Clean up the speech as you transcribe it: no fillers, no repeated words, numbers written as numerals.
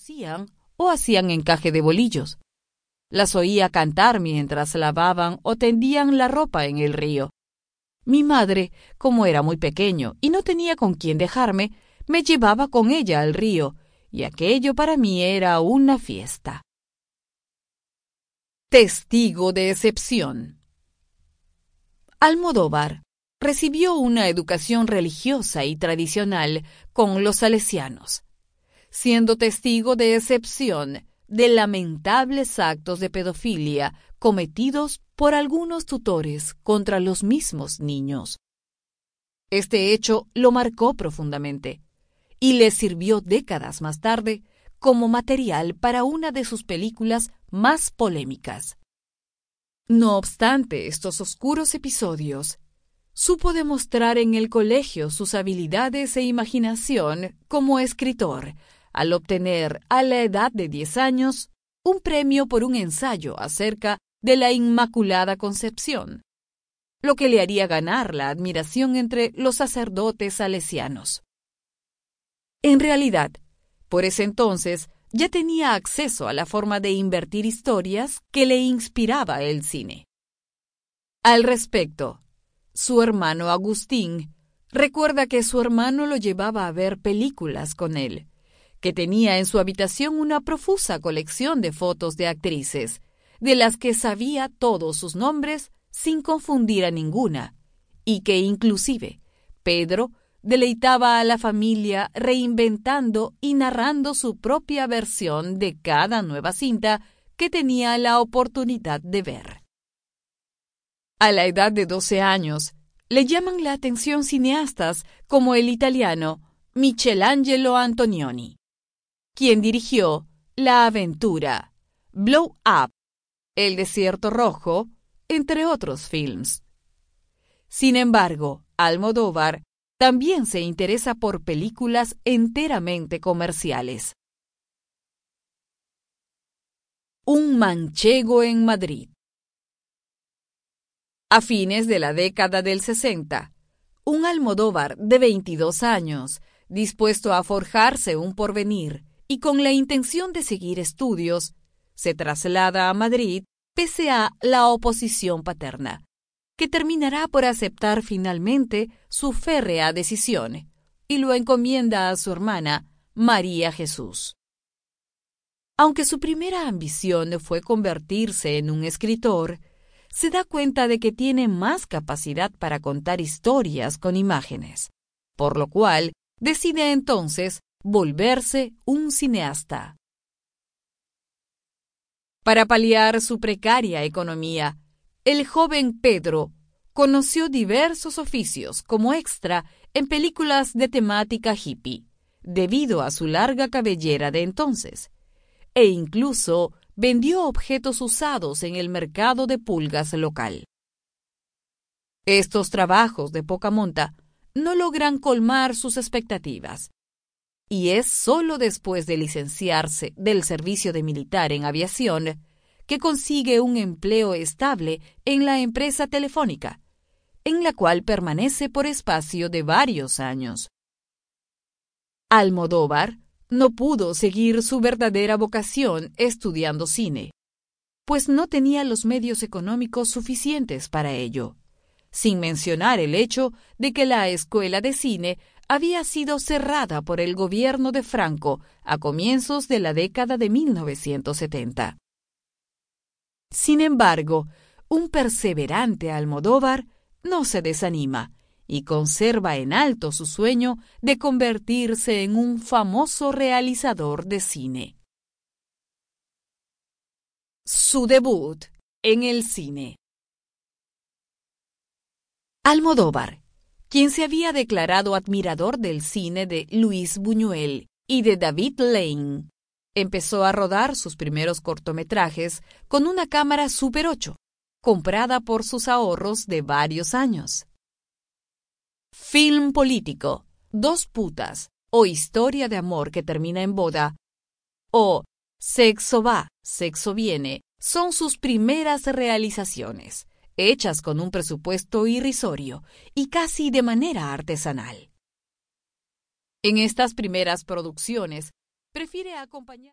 cosían o hacían encaje de bolillos. Las oía cantar mientras lavaban o tendían la ropa en el río. Mi madre, como era muy pequeño y no tenía con quién dejarme, me llevaba con ella al río, y aquello para mí era una fiesta. Testigo de excepción. Almodóvar recibió una educación religiosa y tradicional con los salesianos, siendo testigo de excepción de lamentables actos de pedofilia cometidos por algunos tutores contra los mismos niños. Este hecho lo marcó profundamente y le sirvió décadas más tarde como material para una de sus películas más polémicas. No obstante estos oscuros episodios, supo demostrar en el colegio sus habilidades e imaginación como escritor, al obtener a la edad de 10 años un premio por un ensayo acerca de la Inmaculada Concepción, lo que le haría ganar la admiración entre los sacerdotes salesianos. En realidad, por ese entonces ya tenía acceso a la forma de invertir historias que le inspiraba el cine. Al respecto, su hermano Agustín recuerda que su hermano lo llevaba a ver películas con él, que tenía en su habitación una profusa colección de fotos de actrices, de las que sabía todos sus nombres sin confundir a ninguna, y que inclusive Pedro deleitaba a la familia reinventando y narrando su propia versión de cada nueva cinta que tenía la oportunidad de ver. A la edad de 12 años, le llaman la atención cineastas como el italiano Michelangelo Antonioni, quien dirigió La Aventura, Blow Up, El Desierto Rojo, entre otros films. Sin embargo, Almodóvar también se interesa por películas enteramente comerciales. Un manchego en Madrid. A fines de la década del 60, un Almodóvar de 22 años, dispuesto a forjarse un porvenir y con la intención de seguir estudios, se traslada a Madrid pese a la oposición paterna, que terminará por aceptar finalmente su férrea decisión y lo encomienda a su hermana, María Jesús. Aunque su primera ambición fue convertirse en un escritor, se da cuenta de que tiene más capacidad para contar historias con imágenes, por lo cual decide entonces volverse un cineasta. Para paliar su precaria economía, el joven Pedro conoció diversos oficios como extra en películas de temática hippie, debido a su larga cabellera de entonces, e incluso vendió objetos usados en el mercado de pulgas local. Estos trabajos de poca monta no logran colmar sus expectativas, y es solo después de licenciarse del servicio de militar en aviación que consigue un empleo estable en la empresa telefónica, en la cual permanece por espacio de varios años. Almodóvar no pudo seguir su verdadera vocación estudiando cine, pues no tenía los medios económicos suficientes para ello, sin mencionar el hecho de que la escuela de cine había sido cerrada por el gobierno de Franco a comienzos de la década de 1970. Sin embargo, un perseverante Almodóvar no se desanima y conserva en alto su sueño de convertirse en un famoso realizador de cine. Su debut en el cine. Almodóvar, quien se había declarado admirador del cine de Luis Buñuel y de David Lean, empezó a rodar sus primeros cortometrajes con una cámara Super 8, comprada por sus ahorros de varios años. Film político, Dos putas, o Historia de amor que termina en boda, o Sexo va, sexo viene, son sus primeras realizaciones, hechas con un presupuesto irrisorio y casi de manera artesanal. En estas primeras producciones, prefiere acompañar